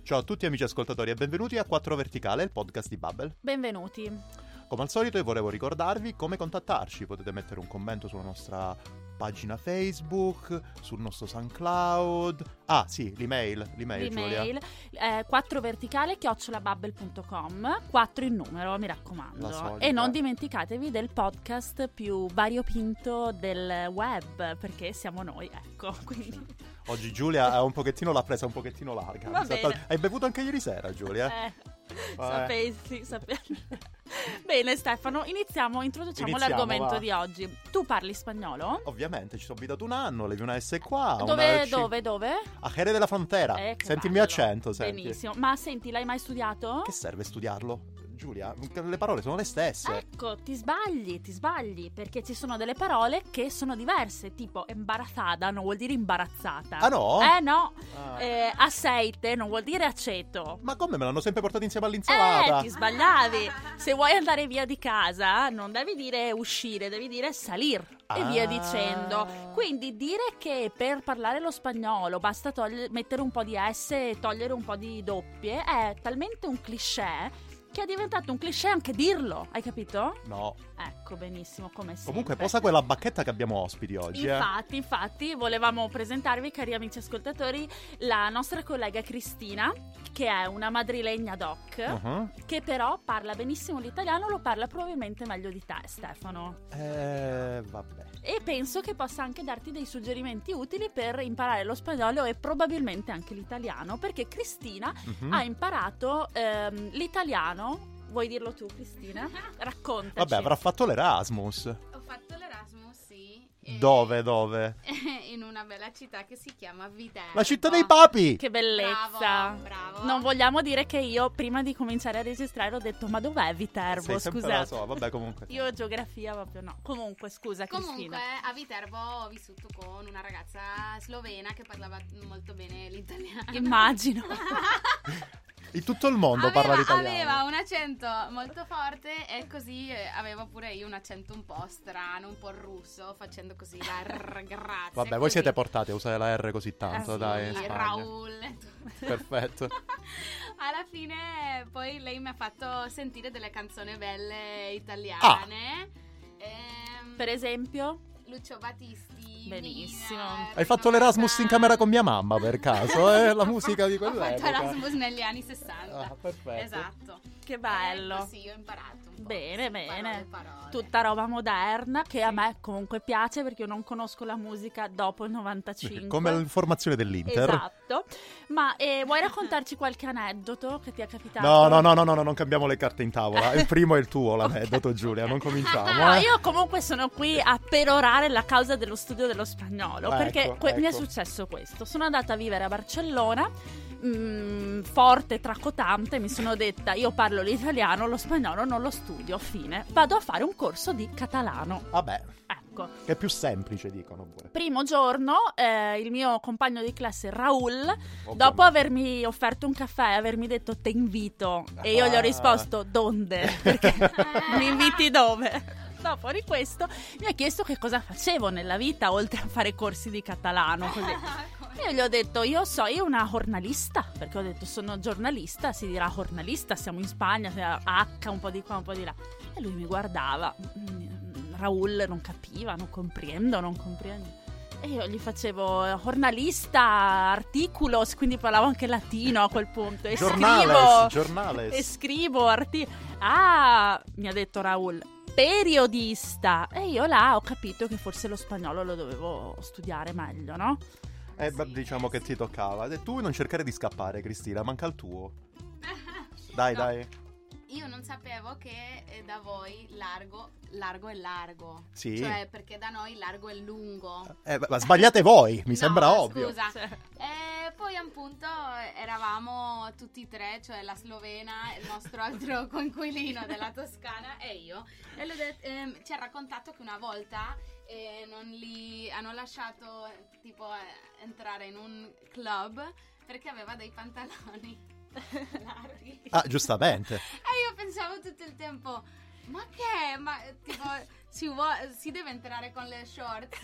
Ciao a tutti amici ascoltatori e benvenuti a 4 Verticale, il podcast di Babbel. Benvenuti. Come al solito io volevo ricordarvi come contattarci. Potete mettere un commento sulla nostra pagina Facebook, sul nostro SoundCloud. Ah sì, l'email Giulia. 4verticale@babbel.com, 4 in numero, mi raccomando. E non dimenticatevi del podcast più variopinto del web, perché siamo noi, ecco, quindi... Oggi Giulia ha un pochettino l'ha presa un pochettino larga. Va bene. Hai bevuto anche ieri sera, Giulia? Sapessi. Bene Stefano, introduciamo l'argomento va. di oggi. Tu parli spagnolo? Ovviamente, ci sono abitato un anno, levi una S qua. Dove? A Jerez de la Frontera. Che Senti il bello. mio accento, senti. Benissimo. Ma senti, l'hai mai studiato? Che serve studiarlo? Giulia, le parole sono le stesse. Ecco, ti sbagli, perché ci sono delle parole che sono diverse, tipo imbarazzata non vuol dire imbarazzata. Ah no? No. Aceite non vuol dire aceto. Ma come me l'hanno sempre portato insieme all'insalata? Ti sbagliavi. Se vuoi andare via di casa non devi dire uscire, devi dire salir e via dicendo. Quindi dire che per parlare lo spagnolo basta mettere un po' di S e togliere un po' di doppie è talmente un cliché che è diventato un cliché anche dirlo, hai capito? No. Ecco, benissimo, come sempre. Comunque posa quella bacchetta che abbiamo ospiti oggi. Infatti, volevamo presentarvi, cari amici ascoltatori, la nostra collega Cristina, che è una madrilegna doc, che però parla benissimo l'italiano, lo parla probabilmente meglio di te, Stefano. Vabbè. E penso che possa anche darti dei suggerimenti utili per imparare lo spagnolo e probabilmente anche l'italiano, perché Cristina ha imparato l'italiano. Vuoi dirlo tu, Cristina? Raccontaci. Vabbè, avrà fatto l'Erasmus. Ho fatto l'Erasmus, sì. Dove? In una bella città che si chiama Viterbo. La città dei papi! Che bellezza. Bravo. Non vogliamo dire che io prima di cominciare a registrare ho detto ma dov'è Viterbo? Scusa. Vabbè, comunque. Io geografia proprio no. Comunque, scusa Cristina. Comunque a Viterbo ho vissuto con una ragazza slovena che parlava molto bene l'italiano. Immagino. In tutto il mondo parla l'italiano. Aveva un accento molto forte e così avevo pure io un accento un po' strano, un po' russo, facendo così la R, grazie. Vabbè, voi così. siete portati a usare la R così tanto, Sì, dai. in Spagna. Raul e tutto. Perfetto. Alla fine poi lei mi ha fatto sentire delle canzoni belle italiane. Per esempio? Lucio Battisti. Benissimo. Hai fatto l'Erasmus in camera con mia mamma, per caso? La musica di quell'epoca. Ho fatto Erasmus negli anni 60. Ah, perfetto. Esatto. Che bello. Sì, ho imparato un po'. Bene. Parole. Tutta roba moderna che a me comunque piace perché io non conosco la musica dopo il 95. Come l'informazione dell'Inter. Esatto. Ma vuoi raccontarci qualche aneddoto che ti è capitato? No, non cambiamo le carte in tavola. Il primo è il tuo, l'aneddoto, Giulia. Non cominciamo. No, io comunque sono qui a perorare la causa dello studio dello spagnolo. Perché mi è successo questo. Sono andata a vivere a Barcellona, forte, tracotante. Mi sono detta, io parlo l'italiano, lo spagnolo non lo studio, fine. Vado a fare un corso di catalano. Vabbè. Ecco. Che è più semplice, dicono pure. Primo giorno, il mio compagno di classe Raul, dopo avermi offerto un caffè e avermi detto te invito, e io gli ho risposto donde? Perché mi inviti dove? Dopo di questo mi ha chiesto che cosa facevo nella vita oltre a fare corsi di catalano, così. Io gli ho detto io una giornalista, perché ho detto sono giornalista, si dirà giornalista, siamo in Spagna, H un po' di qua un po' di là. E lui mi guardava, Raul non capiva, non comprendo. E io gli facevo giornalista, articulos, quindi parlavo anche latino a quel punto. E giornales. E scrivo mi ha detto Raul, periodista. E io là ho capito che forse lo spagnolo lo dovevo studiare meglio, no? Diciamo che ti toccava. E tu non cercare di scappare, Cristina, manca il tuo. Dai. Io non sapevo che da voi largo è largo. Sì. Cioè, perché da noi largo è lungo. Ma sbagliate voi, mi sembra ovvio. Scusa. E poi appunto eravamo tutti e tre, cioè la slovena, il nostro altro coinquilino della Toscana e io. E ci ha raccontato che una volta non li hanno lasciato tipo entrare in un club perché aveva dei pantaloni larghi. Giustamente. E io pensavo tutto il tempo, ma che? Ma tipo si deve entrare con le shorts.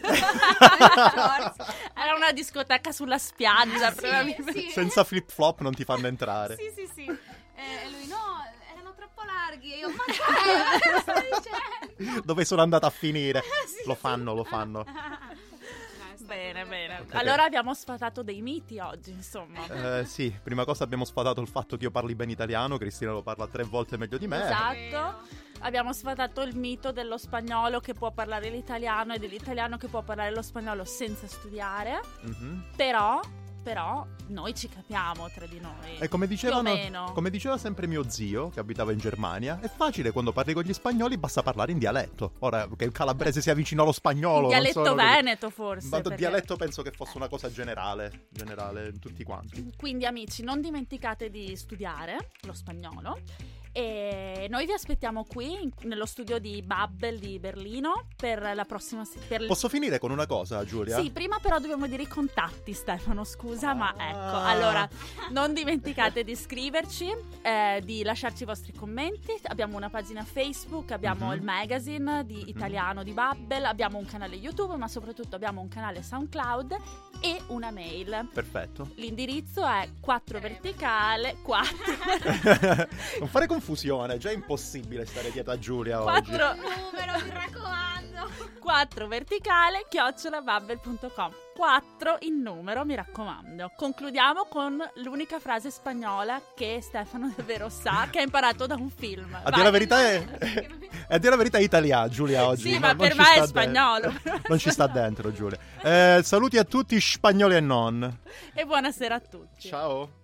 Era una discoteca sulla spiaggia, Sì, probabilmente. sì. Senza flip flop non ti fanno entrare. Sì. E lui, no, erano troppo larghi. E io, ma che stai dicendo? Dove sono andata a finire? Sì, Lo sì. fanno. Bene. Ok. Allora abbiamo sfatato dei miti oggi, insomma. Sì, prima cosa abbiamo sfatato il fatto che io parli bene italiano, Cristina lo parla 3 volte meglio di me. Esatto. Abbiamo sfatato il mito dello spagnolo che può parlare l'italiano e dell'italiano che può parlare lo spagnolo senza studiare. Mhm. Però noi ci capiamo tra di noi. E come più o meno. come diceva sempre mio zio, che abitava in Germania, è facile quando parli con gli spagnoli, basta parlare in dialetto. Ora che il calabrese sia vicino allo spagnolo, Il dialetto non so, veneto forse. Ma il perché- dialetto penso che fosse una cosa generale in tutti quanti. Quindi amici, non dimenticate di studiare lo spagnolo e noi vi aspettiamo qui nello studio di Babbel di Berlino per la prossima Posso finire con una cosa, Giulia? Sì, prima però dobbiamo dire i contatti, Stefano, scusa, ma Ah. ecco, allora, non dimenticate di iscriverci, di lasciarci i vostri commenti, abbiamo una pagina Facebook, abbiamo Mhm. il magazine di italiano di Babbel, abbiamo un canale YouTube, ma soprattutto abbiamo un canale SoundCloud e una mail. Perfetto. L'indirizzo è 4 verticale 4 Non fare confusione, è già impossibile stare dietro a Giulia oggi. 4 Numero, mi raccomando. 4 verticale @babbel.com. 4 in numero, mi raccomando. Concludiamo con l'unica frase spagnola che Stefano davvero sa, che ha imparato da un film. A dire la verità è italiano, Giulia, oggi. Sì, ma non per ci me è sta dentro. spagnolo. Non ci sta dentro, Giulia. Saluti a tutti spagnoli e non. E buonasera a tutti. Ciao.